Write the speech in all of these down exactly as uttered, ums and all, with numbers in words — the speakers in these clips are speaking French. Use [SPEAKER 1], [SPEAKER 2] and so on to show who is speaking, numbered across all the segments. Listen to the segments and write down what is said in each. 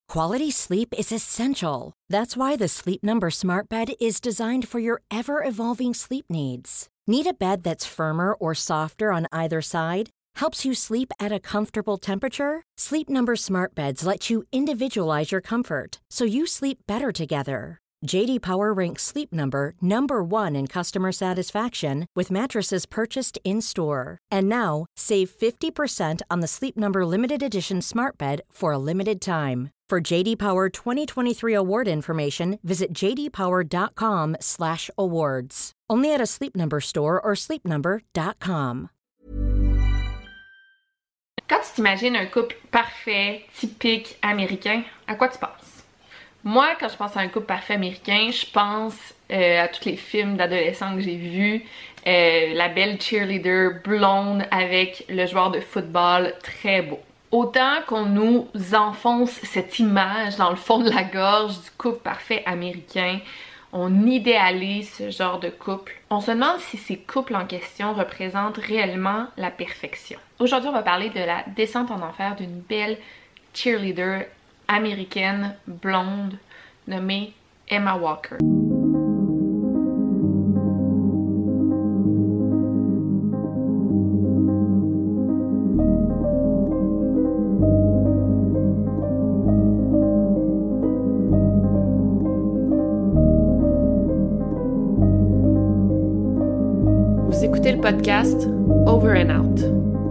[SPEAKER 1] Quality sleep is essential. That's why the Sleep Number Smart Bed is designed for your ever-evolving sleep needs. Need a bed that's firmer or softer on either side? Helps you sleep at a comfortable temperature? Sleep Number Smart Beds let you individualize your comfort, so you sleep better together. J D Power ranks Sleep Number number one in customer satisfaction with mattresses purchased in-store. And now, save fifty percent on the Sleep Number Limited Edition Smart Bed for a limited time. For J D Power twenty twenty-three award information, visit j d power dot com slash awards. Only at a Sleep Number store or sleep number dot com.
[SPEAKER 2] Quand tu t'imagines un couple parfait, typique américain, à quoi tu penses? Moi, quand je pense à un couple parfait américain, je pense euh, à tous les films d'adolescents que j'ai vus. Euh, la belle cheerleader blonde avec le joueur de football très beau. Autant qu'on nous enfonce cette image dans le fond de la gorge du couple parfait américain, on idéalise ce genre de couple. On se demande si ces couples en question représentent réellement la perfection. Aujourd'hui, on va parler de la descente en enfer d'une belle cheerleader américaine blonde nommée Emma Walker. Vous écoutez le podcast Over and Out.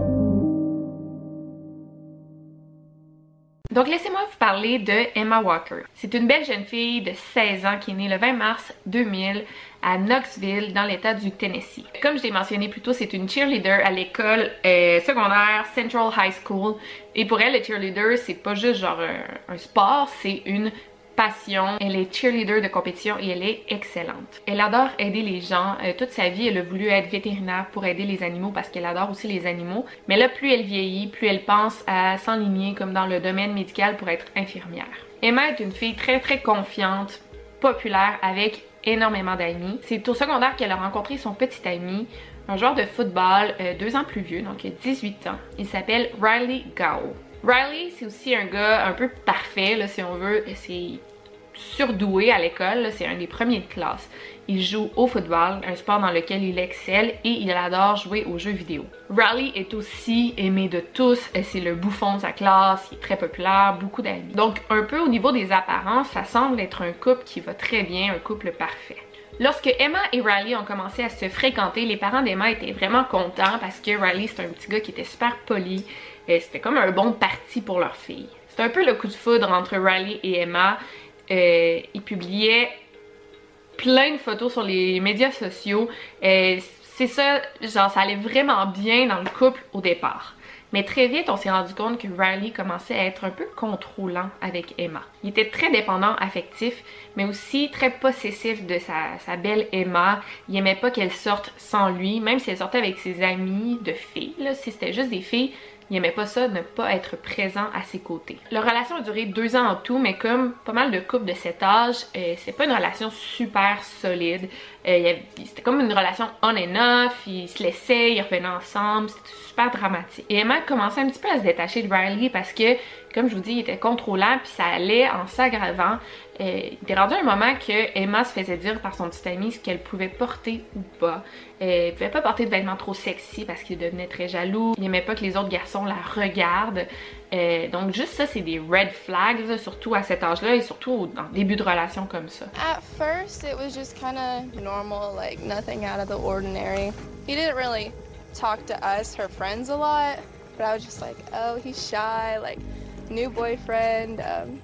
[SPEAKER 2] Donc laissez-moi vous parler de Emma Walker. C'est une belle jeune fille de seize ans qui est née le vingt mars deux mille à Knoxville dans l'état du Tennessee. Comme je l'ai mentionné plus tôt, c'est une cheerleader à l'école euh, secondaire Central High School. Et pour elle, le cheerleader, c'est pas juste genre un, un sport, c'est une passion. Elle est cheerleader de compétition et elle est excellente. Elle adore aider les gens. Euh, toute sa vie, elle a voulu être vétérinaire pour aider les animaux parce qu'elle adore aussi les animaux. Mais là, plus elle vieillit, plus elle pense à s'enligner comme dans le domaine médical pour être infirmière. Emma est une fille très très confiante, populaire, avec énormément d'amis. C'est au secondaire qu'elle a rencontré son petit ami, un joueur de football euh, deux ans plus vieux, donc dix-huit ans. Il s'appelle Riley Gow. Riley, c'est aussi un gars un peu parfait, là, si on veut. C'est surdoué à l'école, c'est un des premiers de classe. Il joue au football, un sport dans lequel il excelle, et il adore jouer aux jeux vidéo. Riley est aussi aimé de tous, c'est le bouffon de sa classe, il est très populaire, beaucoup d'amis. Donc un peu au niveau des apparences, ça semble être un couple qui va très bien, un couple parfait. Lorsque Emma et Riley ont commencé à se fréquenter, les parents d'Emma étaient vraiment contents parce que Riley c'est un petit gars qui était super poli, c'était comme un bon parti pour leur fille. C'était un peu le coup de foudre entre Riley et Emma. Euh, ils publiaient plein de photos sur les médias sociaux. Euh, c'est ça, genre ça allait vraiment bien dans le couple au départ. Mais très vite, on s'est rendu compte que Riley commençait à être un peu contrôlant avec Emma. Il était très dépendant affectif, mais aussi très possessif de sa, sa belle Emma. Il aimait pas qu'elle sorte sans lui, même si elle sortait avec ses amis de filles, là, si c'était juste des filles, il aimait pas ça, ne pas être présent à ses côtés. Leur relation a duré deux ans en tout, mais comme pas mal de couples de cet âge, euh, c'est pas une relation super solide. Euh, c'était comme une relation on and off, ils se laissaient, ils revenaient ensemble, c'était super dramatique. Et Emma commençait un petit peu à se détacher de Riley parce que, comme je vous dis, il était contrôlant, puis ça allait en s'aggravant. Euh, il était rendu un moment que Emma se faisait dire par son petit ami ce qu'elle pouvait porter ou pas. Euh, elle pouvait pas porter de vêtements trop sexy parce qu'il devenait très jaloux. Il aimait pas que les autres garçons la regardent. Euh, donc juste ça, c'est des red flags, là, surtout à cet âge-là et surtout en début de relation comme ça.
[SPEAKER 3] At first, it was just kind of normal, like nothing out of the ordinary. He didn't really talk to us, her friends, a lot, but I was just like, oh, he's shy, like new boyfriend. Um,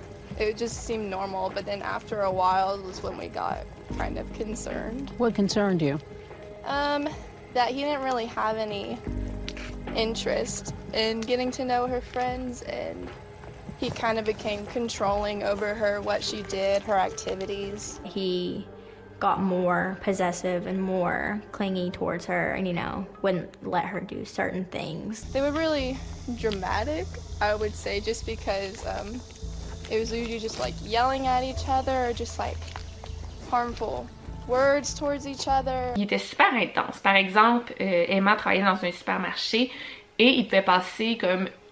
[SPEAKER 3] it just seemed normal, but then after a while was when we got kind of concerned.
[SPEAKER 4] What concerned you?
[SPEAKER 3] Um, that he didn't really have any interest in getting to know her friends, and he kind of became controlling over her, what she did, her activities.
[SPEAKER 5] He got more possessive and more clingy towards her and, you know, wouldn't let her do certain things.
[SPEAKER 3] They were really dramatic, I would say, just because um, it was usually just like yelling at each other or just like harmful words towards each other.
[SPEAKER 2] Il était super intense. Par exemple, euh, Emma travaillait dans un supermarché et il pouvait passer comme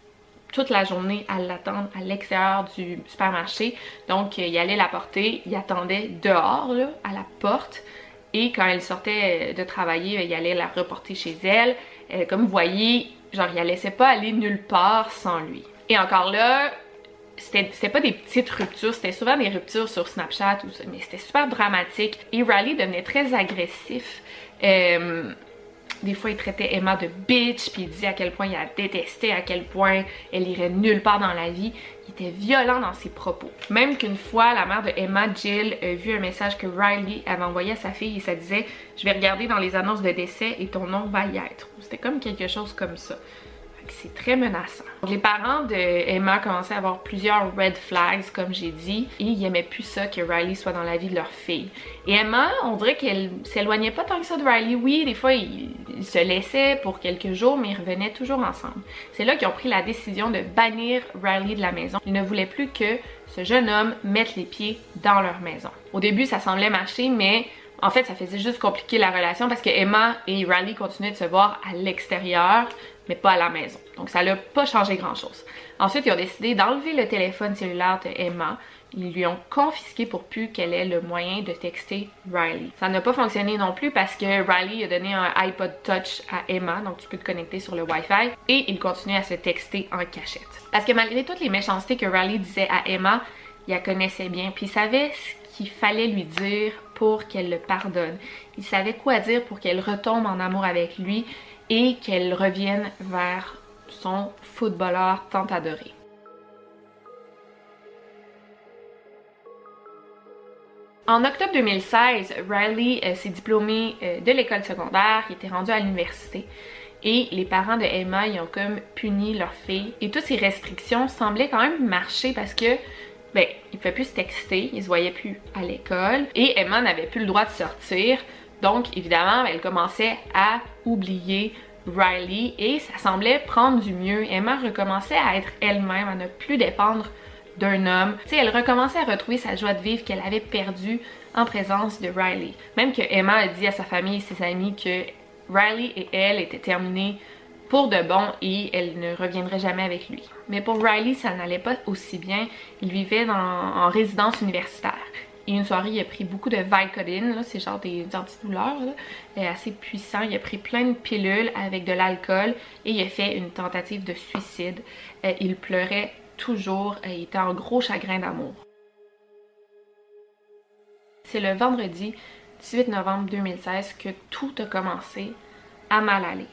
[SPEAKER 2] toute la journée à l'attendre à l'extérieur du supermarché. Donc, il allait la porter, il attendait dehors, là, à la porte. Et quand elle sortait de travailler, il allait la reporter chez elle. Euh, comme vous voyez, genre, il la laissait pas aller nulle part sans lui. Et encore là, c'était pas des petites ruptures, c'était souvent des ruptures sur Snapchat, ou ça, mais c'était super dramatique. Et Riley devenait très agressif. Euh, Des fois, il traitait Emma de bitch, puis il disait à quel point il la détestait, à quel point elle irait nulle part dans la vie. Il était violent dans ses propos. Même qu'une fois, la mère de Emma, Jill, a vu un message que Riley avait envoyé à sa fille et ça disait « Je vais regarder dans les annonces de décès et ton nom va y être ». C'était comme quelque chose comme ça. C'est très menaçant. Les parents de Emma commençaient à avoir plusieurs red flags, comme j'ai dit, et ils aimaient plus ça que Riley soit dans la vie de leur fille. Et Emma, on dirait qu'elle s'éloignait pas tant que ça de Riley. Oui, des fois, ils, ils se laissaient pour quelques jours, mais ils revenaient toujours ensemble. C'est là qu'ils ont pris la décision de bannir Riley de la maison. Ils ne voulaient plus que ce jeune homme mette les pieds dans leur maison. Au début, ça semblait marcher, mais en fait, ça faisait juste compliquer la relation parce que Emma et Riley continuaient de se voir à l'extérieur, mais pas à la maison. Donc ça n'a pas changé grand-chose. Ensuite, ils ont décidé d'enlever le téléphone cellulaire de Emma. Ils lui ont confisqué pour plus qu'elle ait le moyen de texter Riley. Ça n'a pas fonctionné non plus parce que Riley a donné un iPod Touch à Emma, donc tu peux te connecter sur le Wi-Fi, et il continuait à se texter en cachette. Parce que malgré toutes les méchancetés que Riley disait à Emma, il la connaissait bien, puis il savait ce qu'il fallait lui dire pour qu'elle le pardonne. Il savait quoi dire pour qu'elle retombe en amour avec lui et qu'elle revienne vers son footballeur tant adoré. En octobre deux mille seize, Riley euh, s'est diplômé euh, de l'école secondaire, il était rendu à l'université et les parents de Emma ils ont comme puni leur fille. Et toutes ces restrictions semblaient quand même marcher parce que ben, il ne pouvait plus se texter, il se voyait plus à l'école et Emma n'avait plus le droit de sortir. Donc évidemment, elle commençait à oublier Riley et ça semblait prendre du mieux. Emma recommençait à être elle-même, à ne plus dépendre d'un homme. Tu sais, elle recommençait à retrouver sa joie de vivre qu'elle avait perdue en présence de Riley. Même que Emma a dit à sa famille et ses amis que Riley et elle étaient terminés pour de bon et elle ne reviendrait jamais avec lui. Mais pour Riley, ça n'allait pas aussi bien. Il vivait dans, en résidence universitaire. Et une soirée, il a pris beaucoup de Vicodin, c'est genre des antidouleurs, là, assez puissants. Il a pris plein de pilules avec de l'alcool et il a fait une tentative de suicide. Euh, il pleurait toujours, euh, il était en gros chagrin d'amour. C'est le vendredi dix-huit novembre deux mille seize que tout a commencé à mal aller.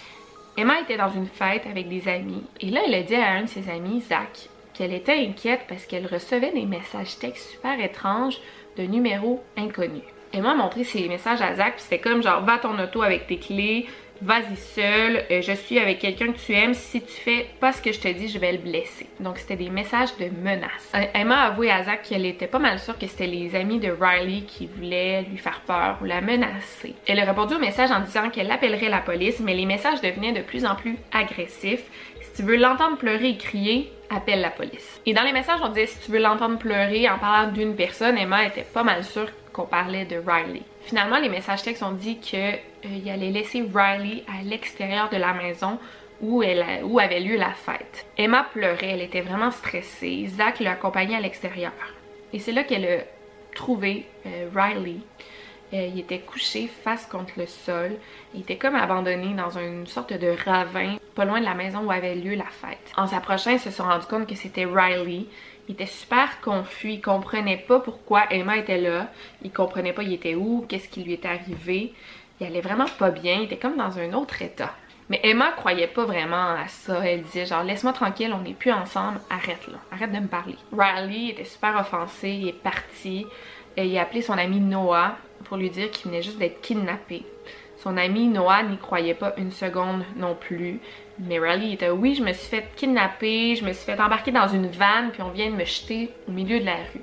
[SPEAKER 2] Emma était dans une fête avec des amis et là, elle a dit à un de ses amis, Zach, qu'elle était inquiète parce qu'elle recevait des messages textes super étranges de numéros inconnus. Emma a montré ces messages à Zach, puis c'était comme genre « Va à ton auto avec tes clés, vas-y seul, euh, je suis avec quelqu'un que tu aimes, si tu fais pas ce que je te dis, je vais le blesser. » Donc c'était des messages de menaces. Euh, Emma a avoué à Zach qu'elle était pas mal sûre que c'était les amis de Riley qui voulaient lui faire peur ou la menacer. Elle a répondu au message en disant qu'elle appellerait la police, mais les messages devenaient de plus en plus agressifs. Si tu veux l'entendre pleurer et crier, appelle la police. Et dans les messages, on disait si tu veux l'entendre pleurer en parlant d'une personne, Emma était pas mal sûre qu'on parlait de Riley. Finalement, les messages textes ont dit qu'il euh, allait laisser Riley à l'extérieur de la maison où, elle a, où avait lieu la fête. Emma pleurait, elle était vraiment stressée. Zach l'a accompagnée à l'extérieur. Et c'est là qu'elle a trouvé euh, Riley. Euh, il était couché face contre le sol. Il était comme abandonné dans une sorte de ravin, pas loin de la maison où avait lieu la fête. En s'approchant, ils se sont rendus compte que c'était Riley. Il était super confus, il comprenait pas pourquoi Emma était là. Il comprenait pas il était où, qu'est-ce qui lui était arrivé. Il allait vraiment pas bien, il était comme dans un autre état. Mais Emma croyait pas vraiment à ça. Elle disait genre laisse-moi tranquille, on n'est plus ensemble, arrête là, arrête de me parler. Riley était super offensé, il est parti. Il a appelé son ami Noah pour lui dire qu'il venait juste d'être kidnappé. Son ami Noah n'y croyait pas une seconde non plus. Mais Riley était oui, je me suis fait kidnapper, je me suis fait embarquer dans une vanne, puis on vient de me jeter au milieu de la rue.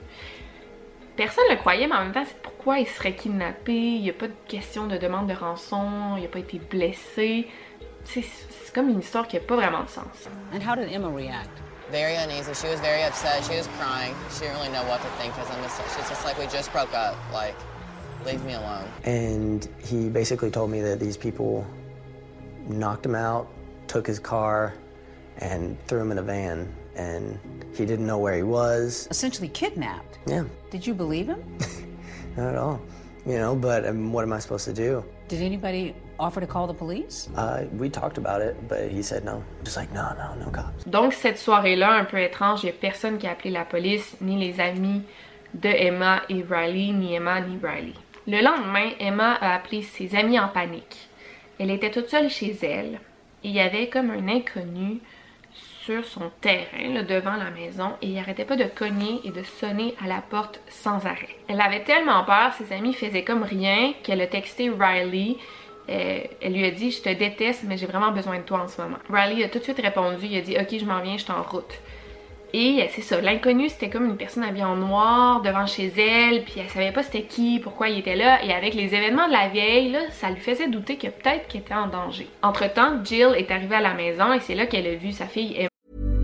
[SPEAKER 2] Personne ne le croyait, mais en même temps, c'est pourquoi il serait kidnappé. Il n'y a pas de question de demande de rançon, il n'a pas été blessé. C'est comme une histoire qui n'a pas vraiment de sens.
[SPEAKER 4] And how did Emma react?
[SPEAKER 6] Very uneasy. She was very upset. She was crying. She didn't really know what to think because I'm just, she's just like, we just broke up. Like, leave me alone.
[SPEAKER 7] And he basically told me that these people knocked him out, took his car,
[SPEAKER 4] and threw him in a van, and he didn't know where he was.
[SPEAKER 7] Essentially kidnapped.
[SPEAKER 4] Yeah.
[SPEAKER 7] Did you believe him?
[SPEAKER 4] Not at all. You know, but um, what am I supposed to do?
[SPEAKER 7] Did anybody offer to call the police?
[SPEAKER 4] Uh, we talked about it, but he said no. Just like, no, no, no cops.
[SPEAKER 2] Donc, cette soirée-là, un peu étrange, il n'y a personne qui a appelé la police, ni les amis de Emma et Riley, ni Emma ni Riley. Le lendemain, Emma a appelé ses amis en panique. Elle était toute seule chez elle et il y avait comme un inconnu sur son terrain, là, devant la maison, et il n'arrêtait pas de cogner et de sonner à la porte sans arrêt. Elle avait tellement peur, ses amis faisaient comme rien, qu'elle a texté Riley. Euh, elle lui a dit « Je te déteste, mais j'ai vraiment besoin de toi en ce moment. » Riley a tout de suite répondu, il a dit « Ok, je m'en viens, je suis en route. » Et c'est ça, l'inconnu c'était comme une personne habillée en noir devant chez elle, puis elle savait pas c'était qui, pourquoi il était là, et avec les événements de la veille, là, ça lui faisait douter que peut-être qu'il était en danger. Entre-temps, Jill est arrivée à la maison et c'est là qu'elle a vu sa fille Emma.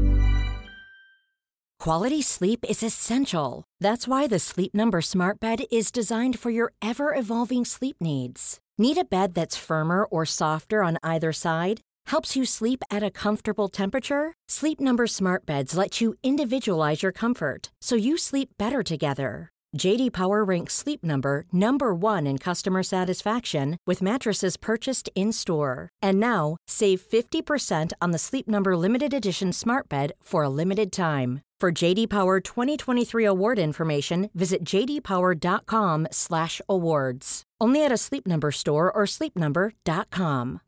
[SPEAKER 1] Quality sleep is essential. That's why the Sleep Number Smart Bed is designed for your ever-evolving sleep needs. Need a bed that's firmer or softer on either side? Helps you sleep at a comfortable temperature? Sleep Number Smart Beds let you individualize your comfort, so you sleep better together. J D Power ranks Sleep Number number one in customer satisfaction with mattresses purchased in-store. And now, save fifty percent on the Sleep Number Limited Edition Smart Bed for a limited time. For J D Power twenty twenty-three award information, visit j d power dot com slash awards. Only at a Sleep Number store or sleep number dot com.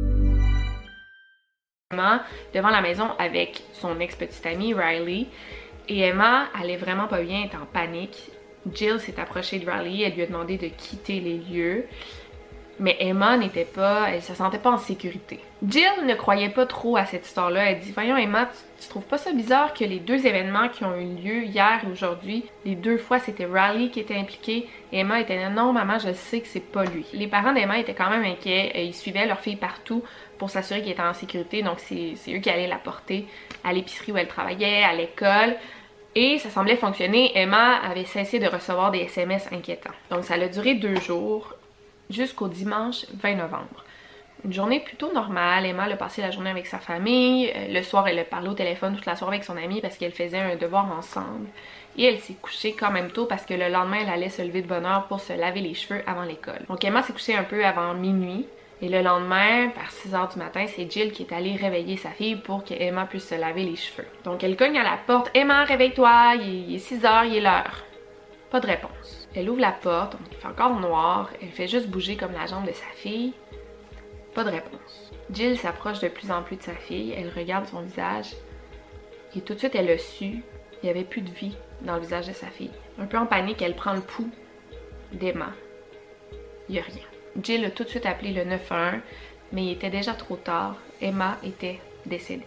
[SPEAKER 2] Emma devant la maison avec son ex-petite amie Riley, et Emma allait vraiment pas bien, elle était en panique. Jill s'est approchée de Riley, elle lui a demandé de quitter les lieux, mais Emma n'était pas, elle se sentait pas en sécurité. Jill ne croyait pas trop à cette histoire-là. Elle dit « Voyons Emma, tu, tu trouves pas ça bizarre que les deux événements qui ont eu lieu hier et aujourd'hui, les deux fois c'était Riley qui était impliqué, et Emma était là, non maman je sais que c'est pas lui. » Les parents d'Emma étaient quand même inquiets, ils suivaient leur fille partout pour s'assurer qu'elle était en sécurité, donc c'est eux qui allaient la porter à l'épicerie où elle travaillait, à l'école. Et ça semblait fonctionner. Emma avait cessé de recevoir des S M S inquiétants. Donc ça a duré deux jours, jusqu'au dimanche vingt novembre. Une journée plutôt normale. Emma a passé la journée avec sa famille. Le soir, elle a parlé au téléphone toute la soirée avec son amie parce qu'elle faisait un devoir ensemble. Et elle s'est couchée quand même tôt parce que le lendemain, elle allait se lever de bonne heure pour se laver les cheveux avant l'école. Donc Emma s'est couchée un peu avant minuit. Et le lendemain, vers six heures du matin, c'est Jill qui est allée réveiller sa fille pour que Emma puisse se laver les cheveux. Donc elle cogne à la porte. « Emma, réveille-toi, il est six heures, il est l'heure. » Pas de réponse. Elle ouvre la porte, donc il fait encore noir. Elle fait juste bouger comme la jambe de sa fille. Pas de réponse. Jill s'approche de plus en plus de sa fille. Elle regarde son visage. Et tout de suite, elle a su. Il n'y avait plus de vie dans le visage de sa fille. Un peu en panique, elle prend le pouls d'Emma. Il n'y a rien. Jill a tout de suite appelé le neuf un un, mais il était déjà trop tard. Emma était décédée.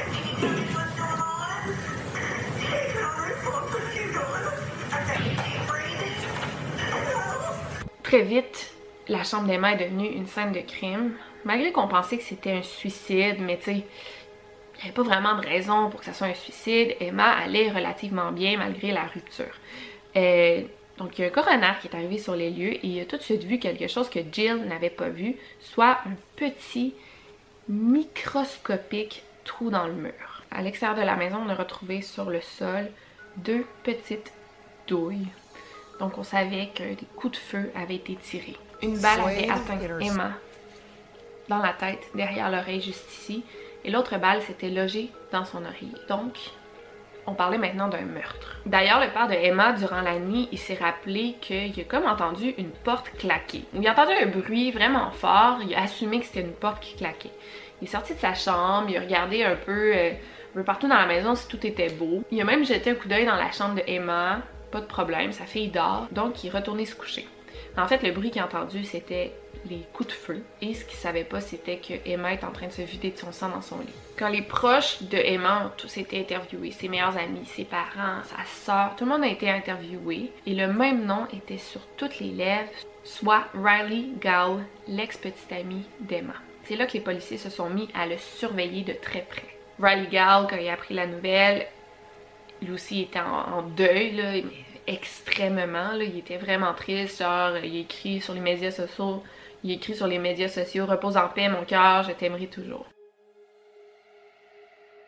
[SPEAKER 2] Très vite, la chambre d'Emma est devenue une scène de crime. Malgré qu'on pensait que c'était un suicide, mais tu sais, il n'y avait pas vraiment de raison pour que ça soit un suicide. Emma allait relativement bien malgré la rupture. Euh, Donc, il y a un coroner qui est arrivé sur les lieux et il a tout de suite vu quelque chose que Jill n'avait pas vu, soit un petit, microscopique trou dans le mur. À l'extérieur de la maison, on a retrouvé sur le sol deux petites douilles. Donc, on savait que des coups de feu avaient été tirés. Une balle avait atteint Emma dans la tête, derrière l'oreille, juste ici, et l'autre balle s'était logée dans son oreiller. Donc, on parlait maintenant d'un meurtre. D'ailleurs, le père de Emma, durant la nuit, il s'est rappelé qu'il a comme entendu une porte claquer. Il a entendu un bruit vraiment fort, il a assumé que c'était une porte qui claquait. Il est sorti de sa chambre, il a regardé un peu, euh, un peu partout dans la maison si tout était beau. Il a même jeté un coup d'œil dans la chambre de Emma, pas de problème, sa fille dort, donc il est retourné se coucher. En fait, le bruit qu'il a entendu, c'était les coups de feu. Et ce qu'il savait pas, c'était que Emma est en train de se vider de son sang dans son lit. Quand les proches de Emma ont tous été interviewés, ses meilleurs amis, ses parents, sa sœur, tout le monde a été interviewé. Et le même nom était sur toutes les lèvres, soit Riley Gall, l'ex-petite amie d'Emma. C'est là que les policiers se sont mis à le surveiller de très près. Riley Gall, quand il a appris la nouvelle, lui aussi était en, en deuil, là, mais extrêmement, là, il était vraiment triste, genre, il écrit sur les médias sociaux, il écrit sur les médias sociaux, repose en paix mon cœur, je t'aimerai toujours.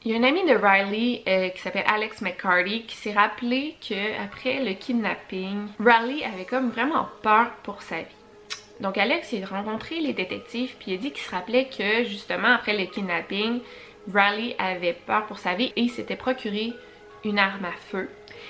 [SPEAKER 2] Il y a un ami de Riley euh, qui s'appelle Alex McCarty qui s'est rappelé qu'après le kidnapping, Riley avait comme vraiment peur pour sa vie. Donc Alex il a rencontré les détectives puis il a dit qu'il se rappelait que justement après le kidnapping, Riley avait peur pour sa vie et il s'était procuré une arme à feu.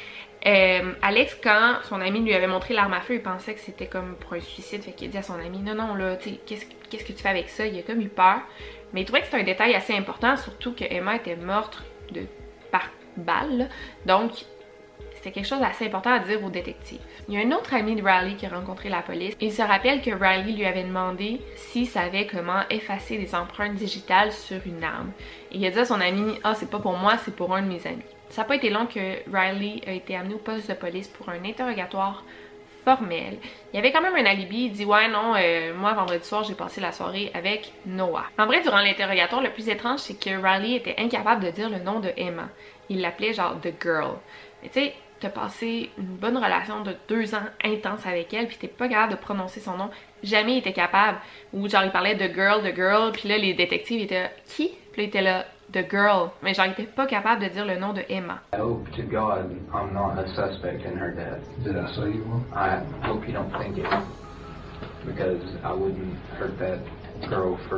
[SPEAKER 2] Euh, Alex, quand son ami lui avait montré l'arme à feu, il pensait que c'était comme pour un suicide, fait qu'il a dit à son ami non non là, tu sais, qu'est-ce qu'est-ce que tu fais avec ça? Il a comme eu peur, mais il trouvait que c'était un détail assez important, surtout que Emma était morte de par balle, là. Donc c'était quelque chose d'assez important à dire aux détectives. Il y a un autre ami de Riley qui a rencontré la police. Il se rappelle que Riley lui avait demandé s'il savait comment effacer des empreintes digitales sur une arme. Et il a dit à son ami « Ah, c'est pas pour moi, c'est pour un de mes amis ». Ça n'a pas été long que Riley a été amené au poste de police pour un interrogatoire formel. Il y avait quand même un alibi. Il dit « Ouais, non, euh, moi, vendredi soir, j'ai passé la soirée avec Noah ». En vrai, durant l'interrogatoire, le plus étrange, c'est que Riley était incapable de dire le nom de Emma. Il l'appelait genre « The Girl ». Mais tu sais, t'as passé une bonne relation de deux ans intense avec elle, puis t'es pas capable de prononcer son nom. Jamais il était capable. Ou genre, il parlait de girl, de girl, puis là, les détectives étaient qui? Puis là, il était là, the girl. Mais genre, il était pas capable de dire le nom de Emma.
[SPEAKER 8] I hope to God I'm not a suspect in her death. Did I say you were? I hope you don't think it, because I wouldn't hurt that girl for...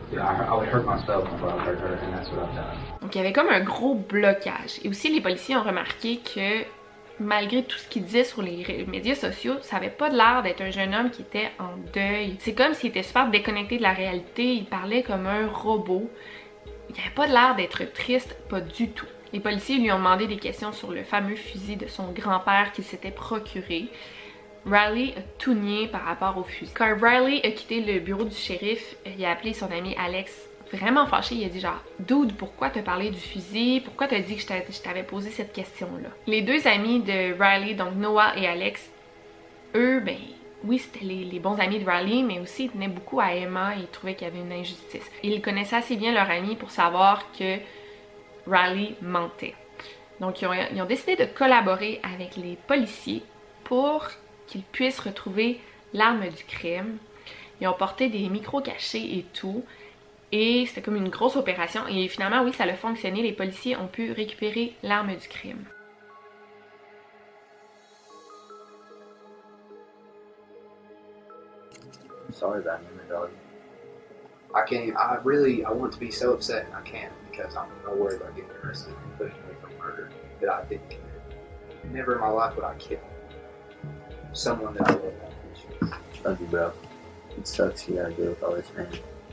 [SPEAKER 8] I would hurt myself if I hurt her, and that's what I've done.
[SPEAKER 2] Donc, il y avait comme un gros blocage. Et aussi, les policiers ont remarqué que malgré tout ce qu'il disait sur les médias sociaux, ça avait pas de l'air d'être un jeune homme qui était en deuil. C'est comme s'il était super déconnecté de la réalité, il parlait comme un robot. Il avait pas de l'air d'être triste, pas du tout. Les policiers lui ont demandé des questions sur le fameux fusil de son grand-père qu'il s'était procuré. Riley a tout nié par rapport au fusil. Quand Riley a quitté le bureau du shérif, il a appelé son ami Alex vraiment fâché, il a dit genre « Dude, pourquoi t'as parlé du fusil? Pourquoi t'as dit que je t'avais posé cette question-là? » Les deux amis de Riley, donc Noah et Alex, eux, ben oui, c'était les, les bons amis de Riley, mais aussi ils tenaient beaucoup à Emma et ils trouvaient qu'il y avait une injustice. Ils connaissaient assez bien leur ami pour savoir que Riley mentait. Donc ils ont, ils ont décidé de collaborer avec les policiers pour qu'ils puissent retrouver l'arme du crime. Ils ont porté des micros cachés et tout. Et c'était comme une grosse opération. Et finalement, oui, ça a fonctionné. Les policiers ont pu récupérer l'arme du crime.
[SPEAKER 9] I'm sorry about him, my dog. I can't, I really, I want to be so upset and I can't because I'm so worried about getting arrested and pushing me for murder that I didn't commit. Never in my life would I kill someone that I love that much. Love you, bro. It sucks you gotta deal with all this pain.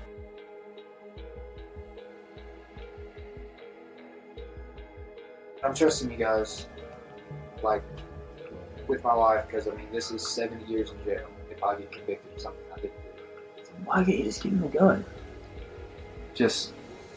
[SPEAKER 9] I'm trusting you guys, like, with my life, because, I mean, this is seventy years in jail if I get convicted of something I didn't do. Why can't you just give him a gun? Just,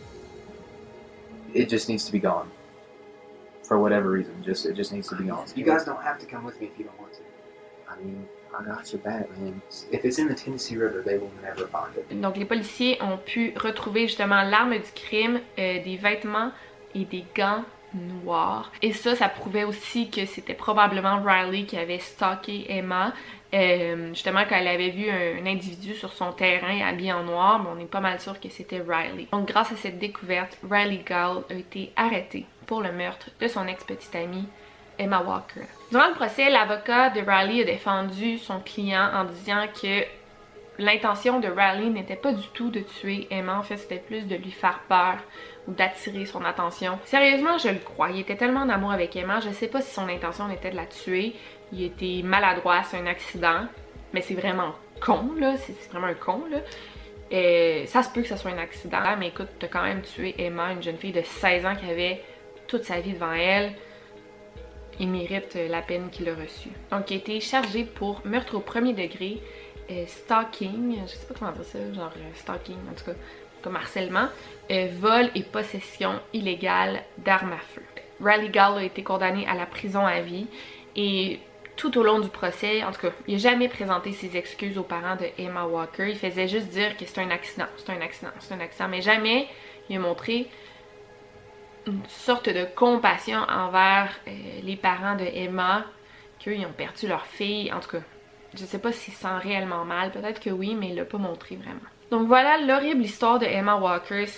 [SPEAKER 9] it just needs to be gone. For whatever reason, just it just needs to be gone. You guys don't have to come with me if you don't want to. I mean, I got your back, man. If it's in the Tennessee River, they will never find it.
[SPEAKER 2] Donc, les policiers ont pu retrouver justement l'arme du crime, euh, des vêtements et des gants noirs. Et ça, ça prouvait aussi que c'était probablement Riley qui avait stalké Emma. Euh, justement, quand elle avait vu un, un individu sur son terrain habillé en noir, mais on est pas mal sûr que c'était Riley. Donc, grâce à cette découverte, Riley Gall a été arrêté pour le meurtre de son ex-petite amie, Emma Walker. Durant le procès, l'avocat de Riley a défendu son client en disant que l'intention de Riley n'était pas du tout de tuer Emma, en fait c'était plus de lui faire peur ou d'attirer son attention. Sérieusement, je le crois, il était tellement en amour avec Emma, je sais pas si son intention était de la tuer, il était maladroit, c'est un accident, mais c'est vraiment con là, c'est vraiment un con là. Et ça se peut que ce soit un accident, mais écoute, t'as quand même tué Emma, une jeune fille de seize ans qui avait toute sa vie devant elle. Il mérite la peine qu'il a reçue. Donc, il a été chargé pour meurtre au premier degré, euh, stalking, je sais pas comment dire ça, genre euh, stalking, en tout cas, comme harcèlement, euh, vol et possession illégale d'armes à feu. Riley Gall a été condamné à la prison à vie et tout au long du procès, en tout cas, il n'a jamais présenté ses excuses aux parents de Emma Walker. Il faisait juste dire que c'est un accident, c'est un accident, c'est un accident, mais jamais il a montré une sorte de compassion envers euh, les parents de Emma, qu'eux, ils ont perdu leur fille. En tout cas, je sais pas s'ils se sentent réellement mal, peut-être que oui, mais il l'a pas montré vraiment. Donc voilà l'horrible histoire de Emma Walker, c'est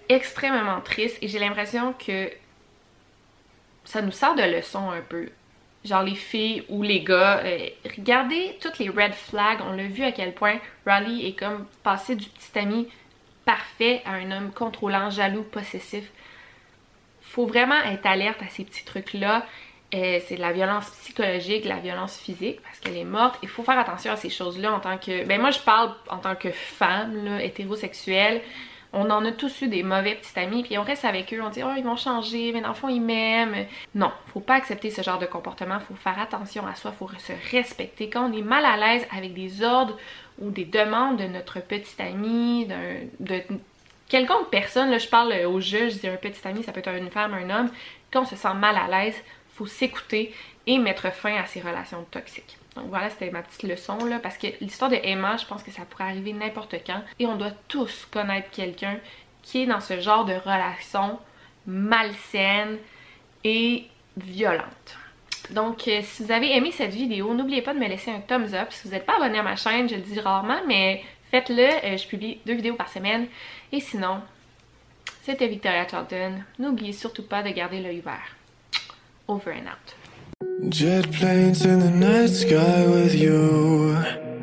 [SPEAKER 2] extrêmement triste et j'ai l'impression que ça nous sert de leçon un peu. Genre les filles ou les gars, euh, regardez toutes les red flags, on l'a vu à quel point Riley est comme passé du petit ami parfait à un homme contrôlant, jaloux, possessif. Faut vraiment être alerte à ces petits trucs-là. Euh, c'est de la violence psychologique, de la violence physique, parce qu'elle est morte. Il faut faire attention à ces choses-là en tant que... Ben moi, je parle en tant que femme, là, hétérosexuelle. On en a tous eu des mauvais petits amis, puis on reste avec eux, on dit « Oh, ils vont changer, mais dans le fond, ils m'aiment. » Non, faut pas accepter ce genre de comportement. Faut faire attention à soi, faut se respecter. Quand on est mal à l'aise avec des ordres ou des demandes de notre petit ami, d'un... de quelconque personne, là, je parle au jeu, je dis un petit ami, ça peut être une femme, un homme. Quand on se sent mal à l'aise, faut s'écouter et mettre fin à ces relations toxiques. Donc voilà, c'était ma petite leçon là, parce que l'histoire de Emma, je pense que ça pourrait arriver n'importe quand et on doit tous connaître quelqu'un qui est dans ce genre de relation malsaine et violente. Donc euh, si vous avez aimé cette vidéo, n'oubliez pas de me laisser un thumbs up. Si vous n'êtes pas abonné à ma chaîne, je le dis rarement, mais faites-le, euh, je publie deux vidéos par semaine. Et sinon, c'était Victoria Charlton. N'oubliez surtout pas de garder l'œil ouvert. Over and out.
[SPEAKER 10] Jet planes in the night sky with you,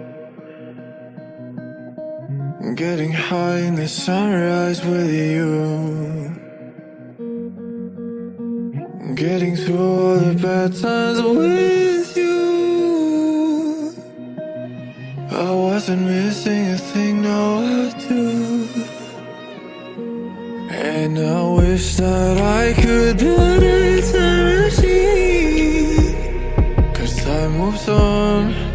[SPEAKER 10] getting high in the sunrise with you, getting through all the bad times with you. I wasn't missing a thing, now I do. And I wish that I could put it time machine, 'cause time moves on.